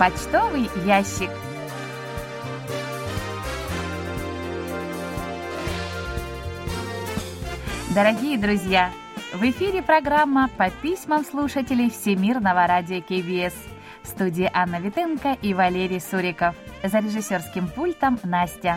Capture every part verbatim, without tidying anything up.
Почтовый ящик. Дорогие друзья, в эфире программа по письмам слушателей Всемирного радио кей би эс. В студии Анна Витенко и Валерий Суриков. За режиссерским пультом Настя.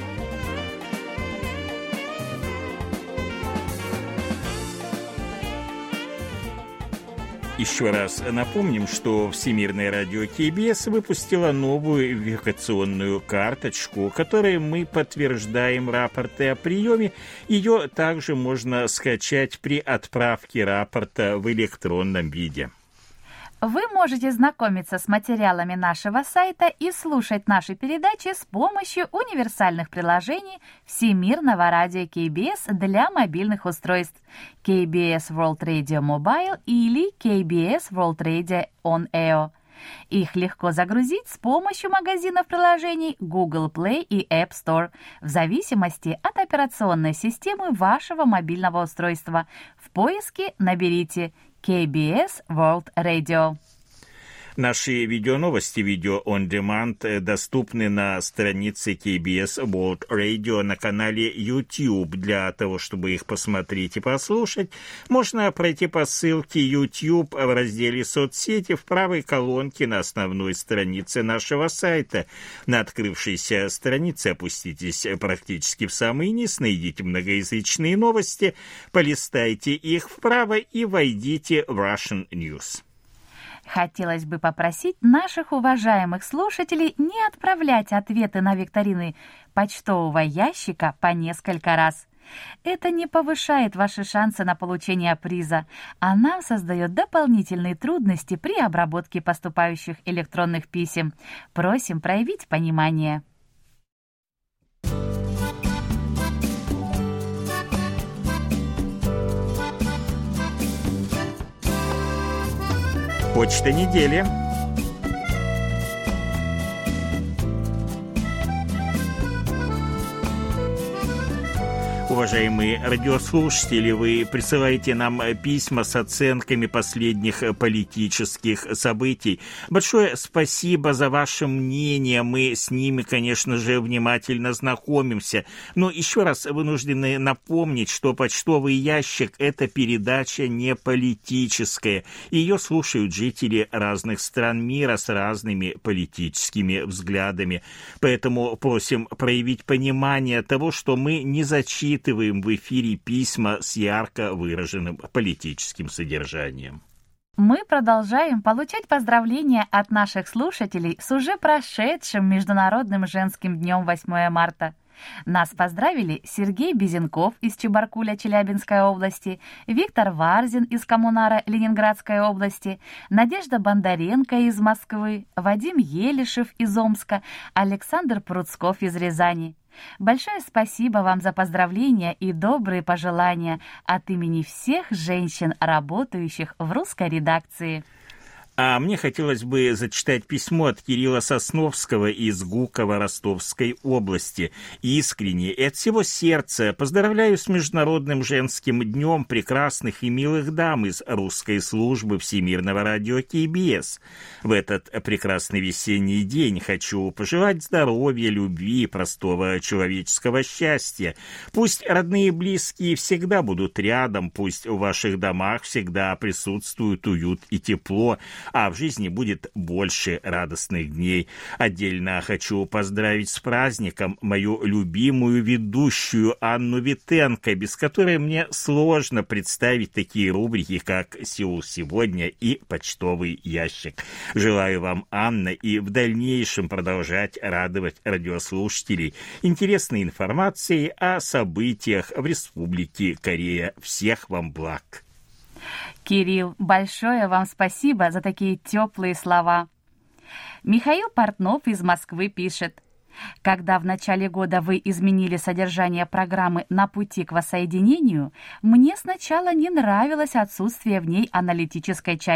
Еще раз напомним, что Всемирное радио кей би эс выпустило новую верификационную карточку, которой мы подтверждаем рапорты о приеме. Ее также можно скачать при отправке рапорта в электронном виде. Вы можете знакомиться с материалами нашего сайта и слушать наши передачи с помощью универсальных приложений Всемирного радио кей би эс для мобильных устройств кей би эс World Radio Mobile или кей би эс World Radio On и о. Их легко загрузить с помощью магазинов приложений Google Play и App Store в зависимости от операционной системы вашего мобильного устройства. В поиске наберите кей би эс World Radio. Наши видеоновости, видео on demand, доступны на странице кей би эс World Radio на канале YouTube. Для того, чтобы их посмотреть и послушать, можно пройти по ссылке YouTube в разделе «Соцсети» в правой колонке на основной странице нашего сайта. На открывшейся странице опуститесь практически в самый низ, найдите многоязычные новости, полистайте их вправо и войдите в Russian News. Хотелось бы попросить наших уважаемых слушателей не отправлять ответы на викторины почтового ящика по несколько раз. Это не повышает ваши шансы на получение приза, а нам создает дополнительные трудности при обработке поступающих электронных писем. Просим проявить понимание. Почта недели. Уважаемые радиослушатели, вы присылаете нам письма с оценками последних политических событий. Большое спасибо за ваше мнение. Мы с ними, конечно же, внимательно знакомимся. Но еще раз вынуждены напомнить, что почтовый ящик – это передача не политическая. Ее слушают жители разных стран мира с разными политическими взглядами. Поэтому просим проявить понимание того, что мы не зачитываем в эфире письма с ярко выраженным политическим содержанием. Мы продолжаем получать поздравления от наших слушателей с уже прошедшим Международным женским днем восьмого марта. Нас поздравили Сергей Безенков из Чебаркуля Челябинской области, Виктор Варзин из Коммунара Ленинградской области, Надежда Бондаренко из Москвы, Вадим Елишев из Омска, Александр Пруцков из Рязани. Большое спасибо вам за поздравления и добрые пожелания от имени всех женщин, работающих в русской редакции. А мне хотелось бы зачитать письмо от Кирилла Сосновского из Гуково Ростовской области. Искренне и от всего сердца поздравляю с Международным женским днем прекрасных и милых дам из русской службы Всемирного радио кей би эс. В этот прекрасный весенний день хочу пожелать здоровья, любви, простого человеческого счастья. Пусть родные и близкие всегда будут рядом, пусть в ваших домах всегда присутствует уют и тепло, а в жизни будет больше радостных дней. Отдельно хочу поздравить с праздником мою любимую ведущую Анну Витенко, без которой мне сложно представить такие рубрики, как «Сеул сегодня» и «Почтовый ящик». Желаю вам, Анна, и в дальнейшем продолжать радовать радиослушателей интересной информацией о событиях в Республике Корея. Всех вам благ! Кирилл, большое вам спасибо за такие теплые слова. Михаил Портнов из Москвы пишет: Когда в начале года вы изменили содержание программы «На пути к воссоединению», мне сначала не нравилось отсутствие в ней аналитической части –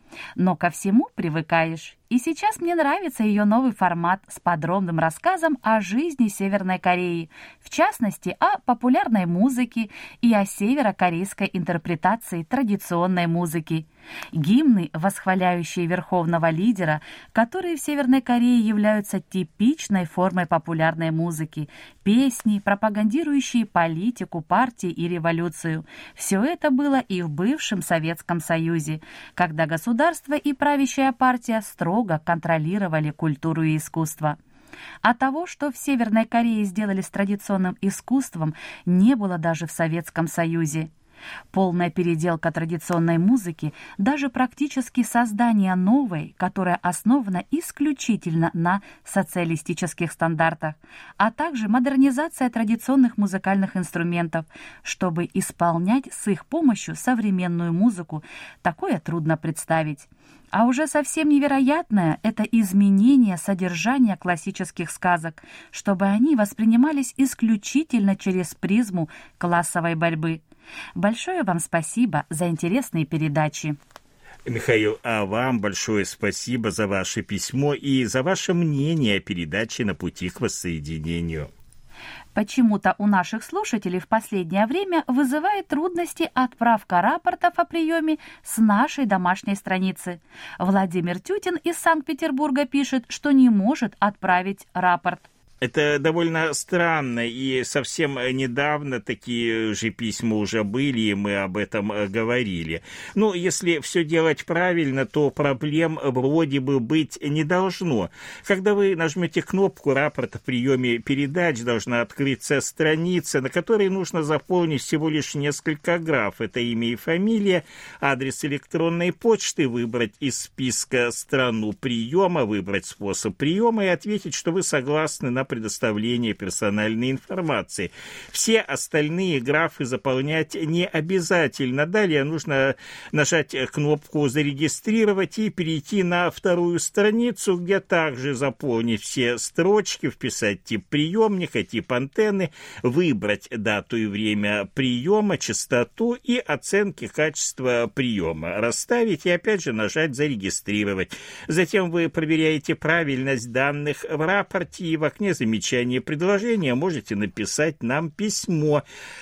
Но ко всему привыкаешь. И сейчас мне нравится ее новый формат с подробным рассказом о жизни Северной Кореи, в частности, о популярной музыке и о северокорейской интерпретации традиционной музыки. Гимны, восхваляющие верховного лидера, которые в Северной Корее являются типичной формой популярной музыки, песни, пропагандирующие политику, партии и революцию. Все это было и в бывшем Советском Союзе, когда государство и правящая партия строго контролировали культуру и искусство. А того, что в Северной Корее сделали с традиционным искусством, не было даже в Советском Союзе. Полная переделка традиционной музыки, даже практически создание новой, которая основана исключительно на социалистических стандартах, а также модернизация традиционных музыкальных инструментов, чтобы исполнять с их помощью современную музыку, такое трудно представить. А уже совсем невероятное – это изменение содержания классических сказок, чтобы они воспринимались исключительно через призму классовой борьбы. Большое вам спасибо за интересные передачи. Михаил, а вам большое спасибо за ваше письмо и за ваше мнение о передаче «На пути к воссоединению». Почему-то у наших слушателей в последнее время вызывает трудности отправка рапортов о приеме с нашей домашней страницы. Владимир Тютин из Санкт-Петербурга пишет, что не может отправить рапорт. Это довольно странно, и совсем недавно такие же письма уже были, и мы об этом говорили. Ну, если все делать правильно, то проблем вроде бы быть не должно. Когда вы нажмете кнопку «Рапорт о приеме передач», должна открыться страница, на которой нужно заполнить всего лишь несколько граф. Это имя и фамилия, адрес электронной почты, выбрать из списка страну приема, выбрать способ приема и ответить, что вы согласны на предоставление персональной информации. Все остальные графы заполнять не обязательно. Далее нужно нажать кнопку «Зарегистрировать» и перейти на вторую страницу, где также заполнить все строчки, вписать тип приемника, тип антенны, выбрать дату и время приема, частоту и оценки качества приема, расставить и опять же нажать «Зарегистрировать». Затем вы проверяете правильность данных в рапорте и в окне замечания предложения можете написать нам письмо.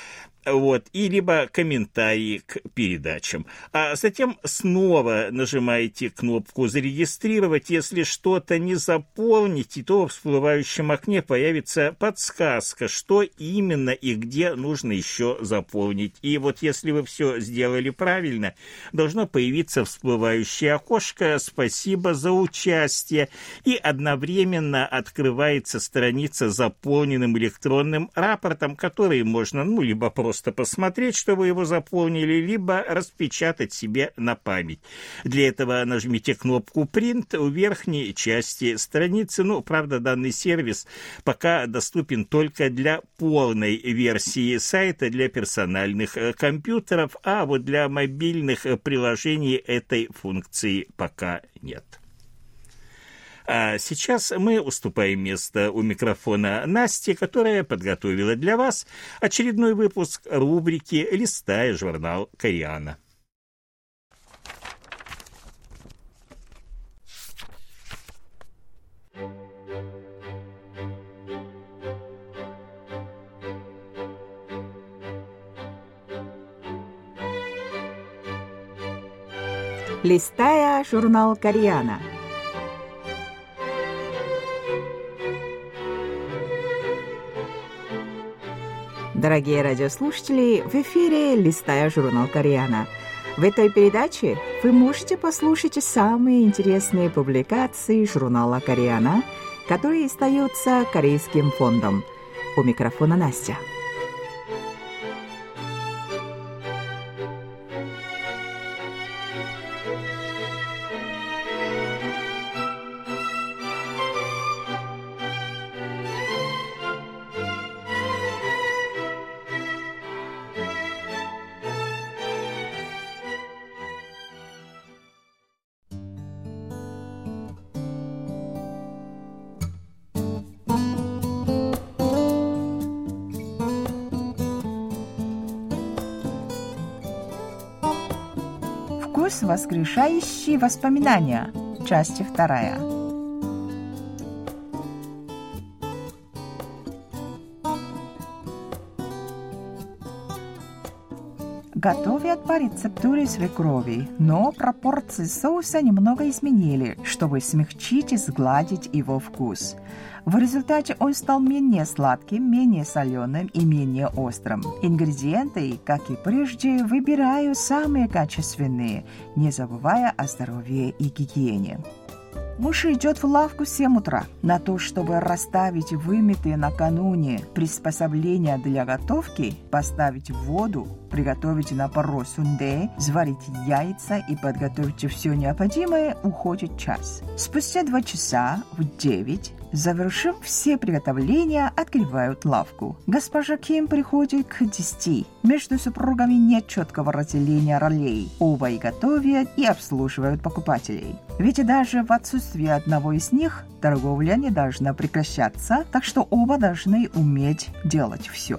Вот, и либо комментарии к передачам. А затем снова нажимаете кнопку «Зарегистрировать». Если что-то не заполните, то в всплывающем окне появится подсказка, что именно и где нужно еще заполнить. И вот если вы все сделали правильно, должно появиться всплывающее окошко «Спасибо за участие», и одновременно открывается страница с заполненным электронным рапортом, который можно, ну, либо просто Просто посмотреть, что вы его заполнили, либо распечатать себе на память. Для этого нажмите кнопку «Print» у верхней части страницы. Ну, правда, данный сервис пока доступен только для полной версии сайта, для персональных компьютеров, а вот для мобильных приложений этой функции пока нет. А сейчас мы уступаем место у микрофона Насте, которая подготовила для вас очередной выпуск рубрики «Листая журнал Кореана». Листая журнал Кореана. Дорогие радиослушатели, в эфире «Листая журнал Кореана». В этой передаче вы можете послушать самые интересные публикации журнала Кореана, которые издаются Корейским фондом. У микрофона Настя. Вкус, воскрешающий воспоминания. Часть вторая. Готовят по рецептуре свекрови, но пропорции соуса немного изменили, чтобы смягчить и сгладить его вкус. В результате он стал менее сладким, менее соленым и менее острым. Ингредиенты, как и прежде, выбираю самые качественные, не забывая о здоровье и гигиене. Муж идет в лавку в семь утра на то, чтобы расставить вымытые накануне приспособления для готовки, поставить в воду, приготовить на пару сунде, сварить яйца и подготовить все необходимое, уходит час. Спустя два часа в девять, завершив все приготовления, открывают лавку. Госпожа Ким приходит к десяти. Между супругами нет четкого разделения ролей. Оба и готовят, и обслуживают покупателей. Ведь даже в отсутствии одного из них торговля не должна прекращаться, так что оба должны уметь делать все.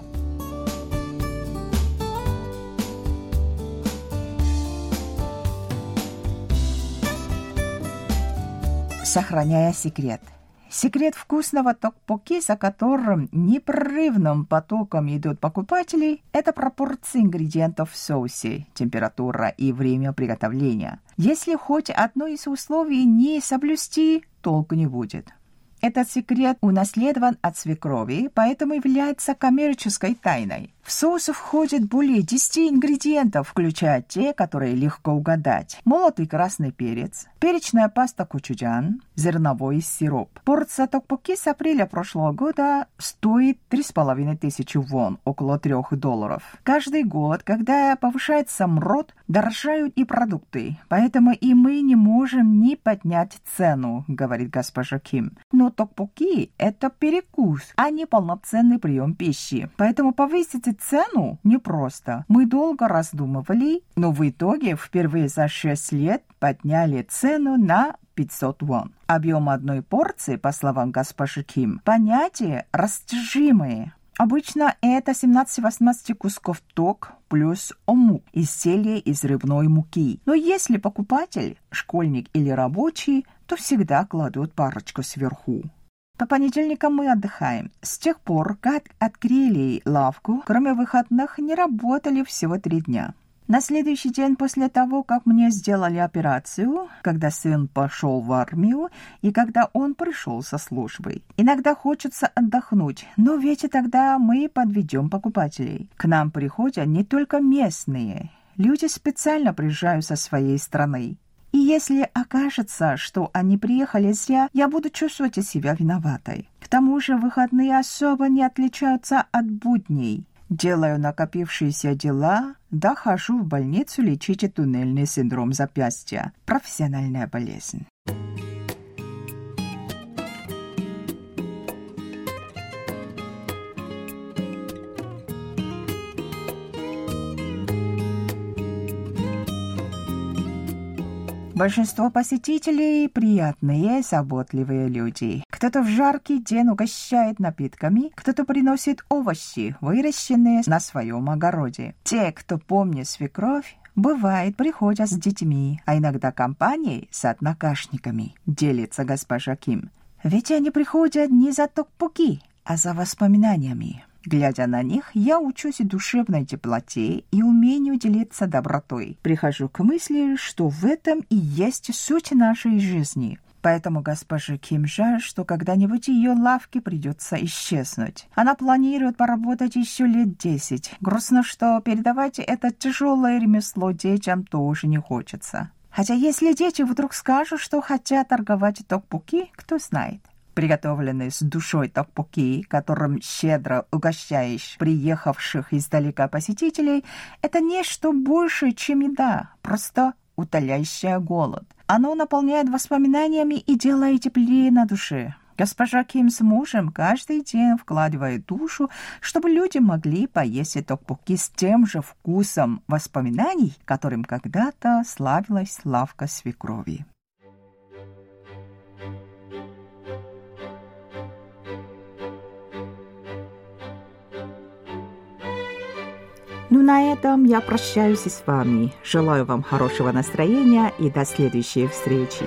Сохраняя секрет. Секрет вкусного токбокки, за которым непрерывным потоком идут покупатели, это пропорции ингредиентов в соусе, температура и время приготовления. Если хоть одно из условий не соблюсти, толку не будет. Этот секрет унаследован от свекрови, поэтому является коммерческой тайной. В соус входит более десяти ингредиентов, включая те, которые легко угадать. Молотый красный перец, перечная паста кочуджан, зерновой сироп. Порция токбокки с апреля прошлого года стоит три с половиной тысячи вон, около трех долларов. Каждый год, когда повышается МРОТ, дорожают и продукты, поэтому и мы не можем не поднять цену, говорит госпожа Ким. Но токбокки – это перекус, а не полноценный прием пищи. Поэтому повысить цену непросто. Мы долго раздумывали, но в итоге впервые за шесть лет подняли цену на пятьсот вон. Объем одной порции, по словам госпожи Ким, понятие растяжимое. Обычно это семнадцать-восемнадцать кусков ток плюс омук, изделие из рыбной муки. Но если покупатель – школьник или рабочий, то всегда кладут парочку сверху. По понедельникам мы отдыхаем. С тех пор, как открыли лавку, кроме выходных не работали всего три дня. На следующий день после того, как мне сделали операцию, когда сын пошел в армию и когда он пришел со службы. Иногда хочется отдохнуть, но ведь тогда мы подведем покупателей. К нам приходят не только местные. Люди специально приезжают со своей страны. И если окажется, что они приехали зря, я буду чувствовать себя виноватой. К тому же выходные особо не отличаются от будней. Делаю накопившиеся дела, да хожу в больницу лечить туннельный синдром запястья. Профессиональная болезнь. Большинство посетителей – приятные, заботливые люди. Кто-то в жаркий день угощает напитками, кто-то приносит овощи, выращенные на своем огороде. Те, кто помнит свекровь, бывает, приходят с детьми, а иногда компанией с однокашниками, делится госпожа Ким. Ведь они приходят не за токбокки, а за воспоминаниями. Глядя на них, я учусь душевной теплоте и умению делиться добротой. Прихожу к мысли, что в этом и есть суть нашей жизни. Поэтому госпоже Ким жаль, что когда-нибудь ее лавке придется исчезнуть. Она планирует поработать еще лет десять. Грустно, что передавать это тяжелое ремесло детям тоже не хочется. Хотя если дети вдруг скажут, что хотят торговать токбокки, кто знает. Приготовленные с душой токбокки, которым щедро угощаешь приехавших издалека посетителей, это нечто большее, чем еда, просто утоляющее голод. Оно наполняет воспоминаниями и делает теплее на душе. Госпожа Ким с мужем каждый день вкладывает душу, чтобы люди могли поесть токбокки с тем же вкусом воспоминаний, которым когда-то славилась лавка свекрови. Ну, на этом я прощаюсь с вами. Желаю вам хорошего настроения и до следующей встречи.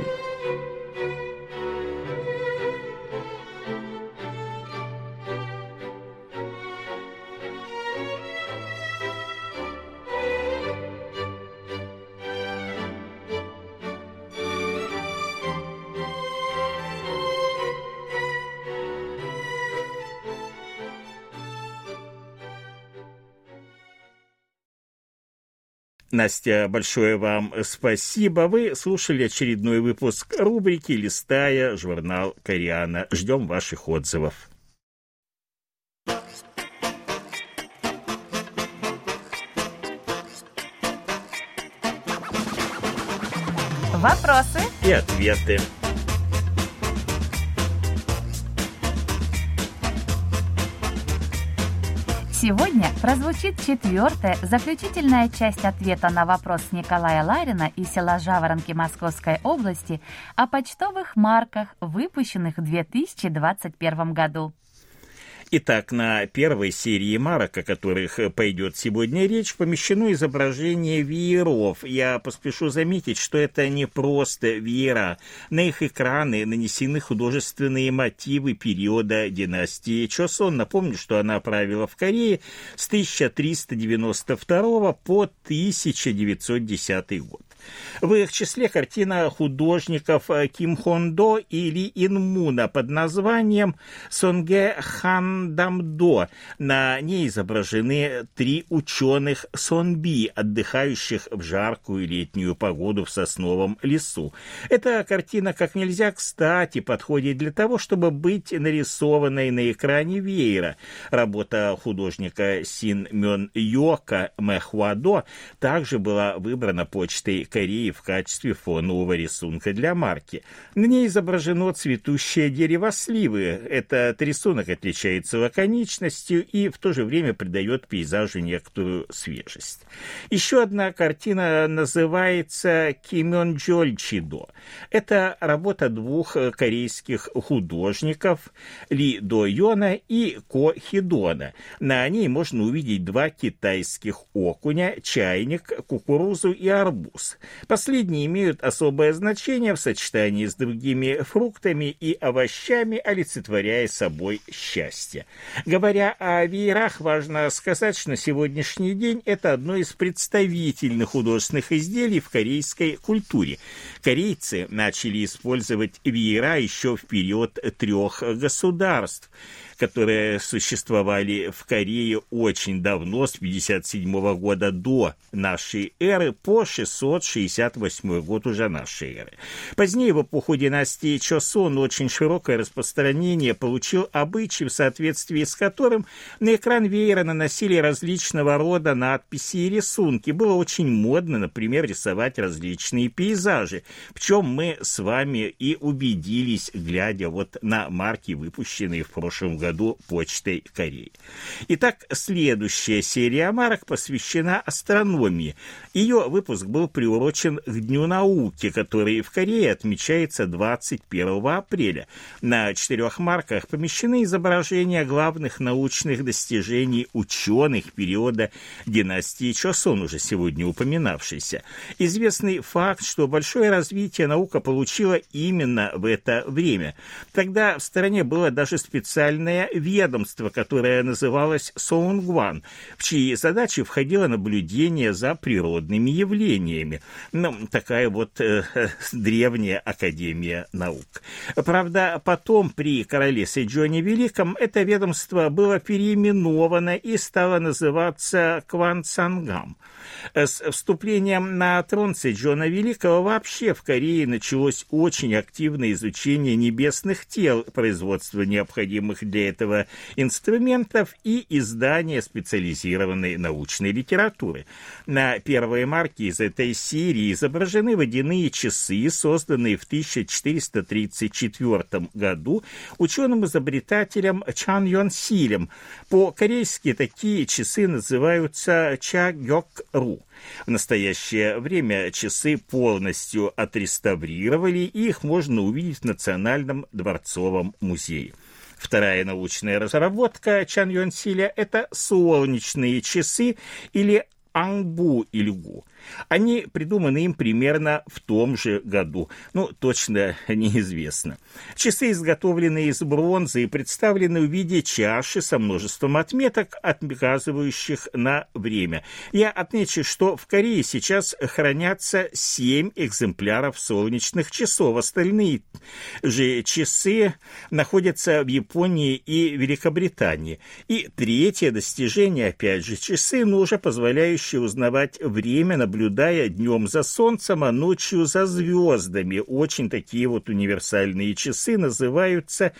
Настя, большое вам спасибо. Вы слушали очередной выпуск рубрики «Листая журнал Кореана». Ждем ваших отзывов. Вопросы и ответы. Сегодня прозвучит четвертая, заключительная часть ответа на вопрос Николая Ларина из села Жаворонки Московской области о почтовых марках, выпущенных в две тысячи двадцать первом году. Итак, на первой серии марок, о которых пойдет сегодня речь, помещено изображение вееров. Я поспешу заметить, что это не просто веера. На их экраны нанесены художественные мотивы периода династии Чосон. Напомню, что она правила в Корее с тысяча триста девяносто второго по тысяча девятьсот десятый год. В их числе картина художников Ким Хон До и Ли Ин Муна под названием «Сонге Хан Дам До». На ней изображены три ученых Сонби, отдыхающих в жаркую летнюю погоду в сосновом лесу. Эта картина как нельзя кстати подходит для того, чтобы быть нарисованной на экране веера. Работа художника Син Мён Йока Мэхвадо также была выбрана почтой Кореи в качестве фонового рисунка для марки. На ней изображено цветущее дерево сливы. Этот рисунок отличается лаконичностью и в то же время придает пейзажу некоторую свежесть. Еще одна картина называется «Кимён Джольчидо». Это работа двух корейских художников Ли До Йона и Ко Хидона. На ней можно увидеть два китайских окуня, чайник, кукурузу и арбуз. Последние имеют особое значение в сочетании с другими фруктами и овощами, олицетворяя собой счастье. Говоря о веерах, важно сказать, что на сегодняшний день это одно из представительных художественных изделий в корейской культуре. Корейцы начали использовать веера еще в период трех государств, которые существовали в Корее очень давно, с пятьдесят седьмого года до нашей эры по шестьсот шестьдесят восьмой год уже нашей эры. Позднее, в эпоху династии Чосон, очень широкое распространение получил обычай, в соответствии с которым на экран веера наносили различного рода надписи и рисунки. Было очень модно, например, рисовать различные пейзажи, в чем мы с вами и убедились, глядя вот на марки, выпущенные в прошлом году году почтой Кореи. Итак, следующая серия марок посвящена астрономии. Ее выпуск был приурочен к Дню науки, который в Корее отмечается двадцать первого апреля. На четырех марках помещены изображения главных научных достижений ученых периода династии Чосон, уже сегодня упоминавшейся. Известный факт, что большое развитие наука получила именно в это время. Тогда в стране было даже специальное ведомство, которое называлось Соунгван, в чьи задачи входило наблюдение за природными явлениями. Ну, такая вот э, древняя академия наук. Правда, потом при короле Сэджоне Великом это ведомство было переименовано и стало называться Квансангам. С вступлением на трон Сэджона Великого вообще в Корее началось очень активное изучение небесных тел, производство необходимых для этого инструментов и издание специализированной научной литературы. На первой марке из этой серии изображены водяные часы, созданные в тысяча четыреста тридцать четвёртом году ученым-изобретателем Чан Йон Силем. По-корейски такие часы называются Чагёк-ру. В настоящее время часы полностью отреставрировали, и их можно увидеть в Национальном дворцовом музее. Вторая научная разработка Чан Йон-силя – это солнечные часы или Ангбу-Ильгу. Они придуманы им примерно в том же году. Ну, точно неизвестно. Часы изготовлены из бронзы и представлены в виде чаши со множеством отметок, отказывающих на время. Я отмечу, что в Корее сейчас хранятся семь экземпляров солнечных часов. Остальные же часы находятся в Японии и Великобритании. И третье достижение, опять же, часы, но уже позволяющие узнавать время, наблюдая днем за солнцем, а ночью за звездами. Очень такие вот универсальные часы называются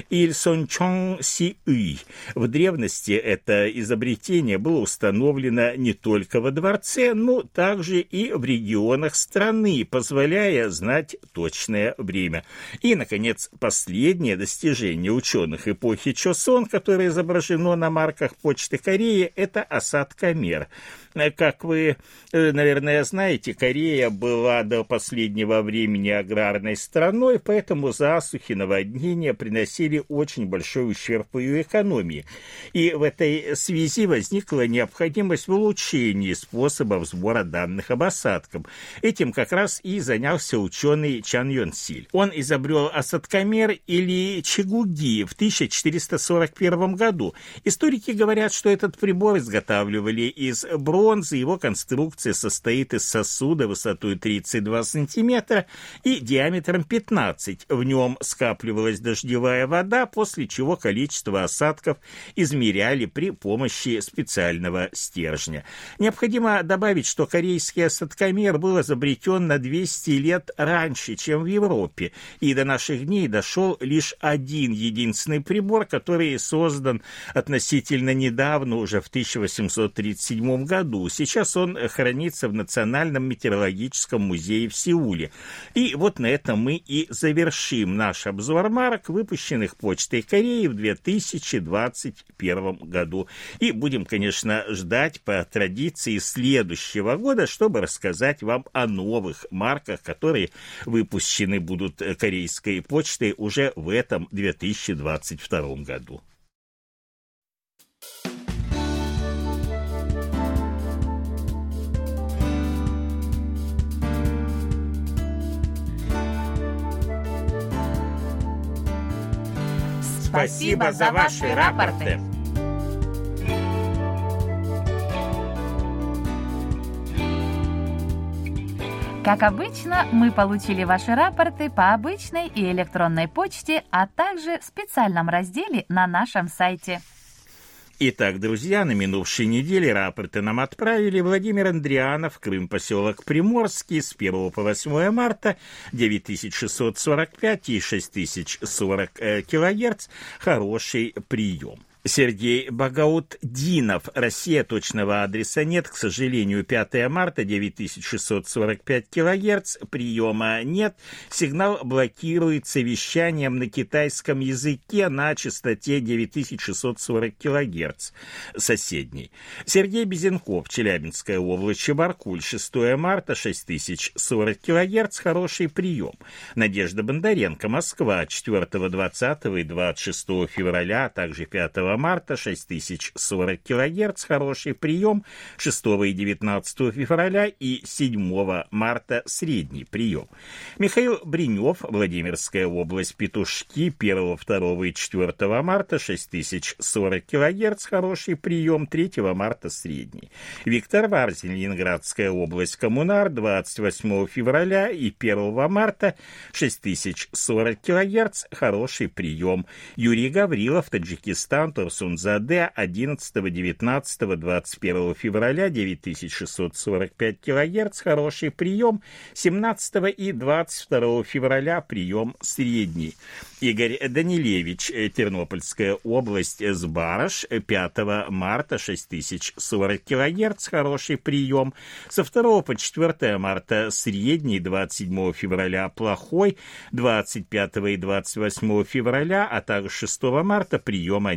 Ильсончон-си-ый. В древности это изобретение было установлено не только во дворце, но также и в регионах страны, позволяя знать точное время. И, наконец, последнее достижение ученых эпохи Чосон, которое изображено на марках Почты Кореи, это осадкомер. Как вы, наверное, знаете, Корея была до последнего времени аграрной страной, поэтому засухи, наводнения приносили очень большой ущерб ее экономии. И в этой связи возникла необходимость в улучшении способов сбора данных об осадках. Этим как раз и занялся ученый Чан Йон-силь. Он изобрел осадкомер или чигуги в тысяча четыреста сорок первом году. Историки говорят, что этот прибор изготавливали из бронзы. Его конструкция состоит из сосуда высотой тридцать два сантиметра и диаметром пятнадцать. В нем скапливалась дождевая вода, после чего количество осадков измеряли при помощи специального стержня. Необходимо добавить, что корейский осадкомер был изобретен на двести лет раньше, чем в Европе, и до наших дней дошел лишь один единственный прибор, который создан относительно недавно, уже в тысяча восемьсот тридцать седьмом году. Сейчас он хранится в Национальном метеорологическом музее в Сеуле. И вот на этом мы и завершим наш обзор марок, выпущенных Почтой Кореи в две тысячи двадцать первом году. И будем, конечно, ждать по традиции следующего года, чтобы рассказать вам о новых марках, которые выпущены будут Корейской почтой уже в этом две тысячи двадцать втором году. Спасибо за ваши рапорты. Как обычно, мы получили ваши рапорты по обычной и электронной почте, а также в специальном разделе на нашем сайте. Итак, друзья, на минувшей неделе рапорты нам отправили Владимир Андрианов, Крым, поселок Приморский, с первого по восьмое марта, девять тысяч шестьсот сорок пять и шесть тысяч сорок килогерц. Хороший прием. Сергей Багаутдинов. Россия, точного адреса нет, к сожалению, пятое марта, девять тысяч шестьсот сорок пять килогерц, приема нет, сигнал блокируется вещанием на китайском языке на частоте девять тысяч шестьсот сорок килогерц, соседний. Сергей Безенков, Челябинская область, Чебаркуль, шестое марта, шесть тысяч сорок килогерц, хороший прием. Надежда Бондаренко, Москва, четвёртого, двадцатого и двадцать шестого февраля, а также пятого марта, шесть тысяч сорок килогерц, хороший прием, шестого и девятнадцатого февраля и седьмого марта средний прием. Михаил Бринев, Владимирская область, Петушки, первого, второго и четвёртого марта, шесть тысяч сорок килогерц, хороший прием, третьего марта средний. Виктор Варзин, Ленинградская область, Коммунар, двадцать восьмого февраля и первого марта, шесть тысяч сорок килогерц, хороший прием. Юрий Гаврилов, Таджикистан, Турсунзаде, одиннадцатого, девятнадцатого, двадцать первого февраля, девять тысяч шестьсот сорок пять килогерц, хороший прием, семнадцатого и двадцать второго февраля прием средний. Игорь Данилевич, Тернопольская область, Сбарыш, пятого марта, шесть тысяч сорок килогерц, хороший прием, со второго по четвёртое марта средний, двадцать седьмого февраля плохой, двадцать пятого и двадцать восьмого февраля, а также шестого марта приема нет.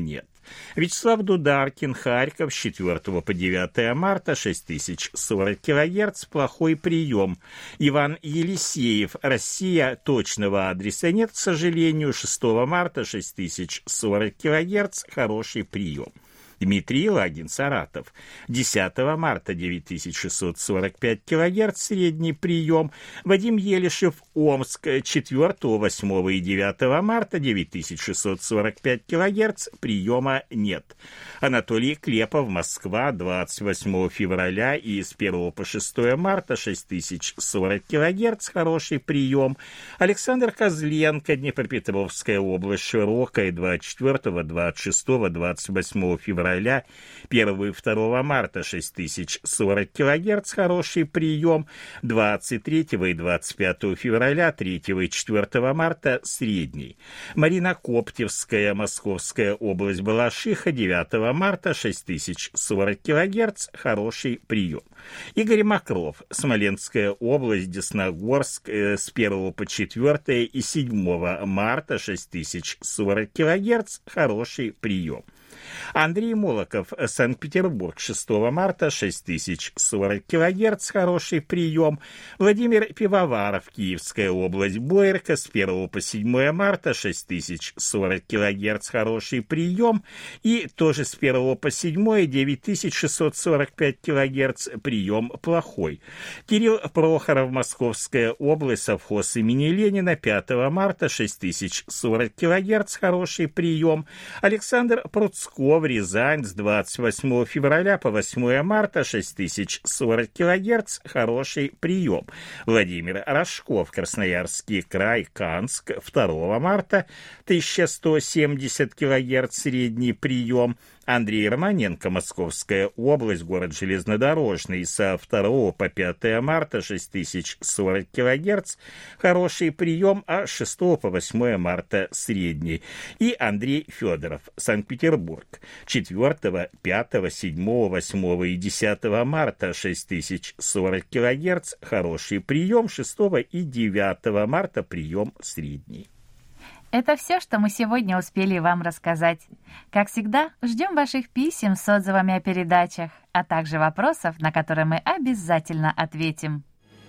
Вячеслав Дударкин, Харьков, с четвёртого по девятое марта, шесть тысяч сорок килогерц, плохой прием. Иван Елисеев, Россия, точного адреса нет, к сожалению, шестого марта, шесть тысяч сорок килогерц, хороший прием. Дмитрий Лагин, Саратов, десятого марта, девять тысяч шестьсот сорок пять килогерц, средний прием. Вадим Елишев, Омск, четвёртого, восьмого и девятого марта, девять тысяч шестьсот сорок пять килогерц, приема нет. Анатолий Клепов, Москва, двадцать восьмого февраля и с первого по шестое марта, шесть тысяч сорок килогерц, хороший прием. Александр Козленко, Днепропетровская область, Широкая, двадцать четвёртого, двадцать шестого, двадцать восьмого февраля, первого и второго марта, шесть тысяч сорок килогерц, хороший прием. двадцать третьего и двадцать пятого февраля, третьего и четвёртого марта, средний. Марина Коптевская, Московская область, Балашиха, девятого марта, шесть тысяч сорок килогерц, хороший прием. Игорь Макров, Смоленская область, Десногорск, э, с первого по четвёртое и седьмого марта, шесть тысяч сорок килогерц, хороший прием. Андрей Молоков, Санкт-Петербург, шестого марта, шесть тысяч сорок килогерц, хороший прием. Владимир Пивоваров, Киевская область, Боярка, с первого по седьмое марта, шесть тысяч сорок килогерц, хороший прием. И тоже с первого по седьмое, девять тысяч шестьсот сорок пять килогерц, прием плохой. Кирилл Прохоров, Московская область, совхоз имени Ленина, пятого марта, шесть тысяч сорок килогерц, хороший прием. Александр Пруцков, Рязань, с двадцать восьмого февраля по восьмое марта, шесть тысяч сорок килогерц, хороший прием. Владимир Рожков, Красноярский край, Канск, второго марта, тысяча сто семьдесят килогерц, средний прием. Андрей Романенко, Московская область, город Железнодорожный, со второго по пятое марта, шесть тысяч сорок килогерц, хороший прием, а с шестого по восьмое марта средний. И Андрей Федоров, Санкт-Петербург, четвёртого, пятого, седьмого, восьмого и десятого марта, шесть тысяч сорок килогерц, хороший прием, шестого и девятого марта прием средний. Это все, что мы сегодня успели вам рассказать. Как всегда, ждем ваших писем с отзывами о передачах, а также вопросов, на которые мы обязательно ответим.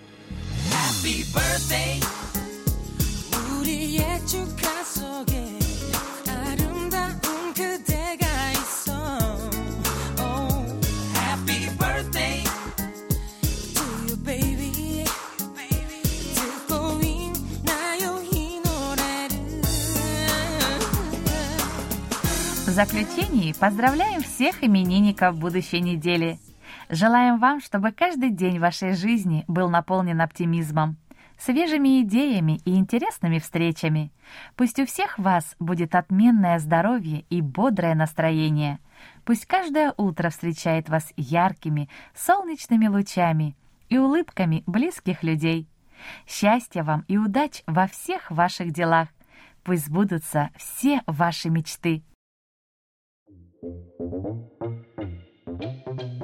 Happy birthday. В заключении поздравляем всех именинников будущей недели. Желаем вам, чтобы каждый день вашей жизни был наполнен оптимизмом, свежими идеями и интересными встречами. Пусть у всех вас будет отменное здоровье и бодрое настроение. Пусть каждое утро встречает вас яркими, солнечными лучами и улыбками близких людей. Счастья вам и удач во всех ваших делах. Пусть сбудутся все ваши мечты. Thank you.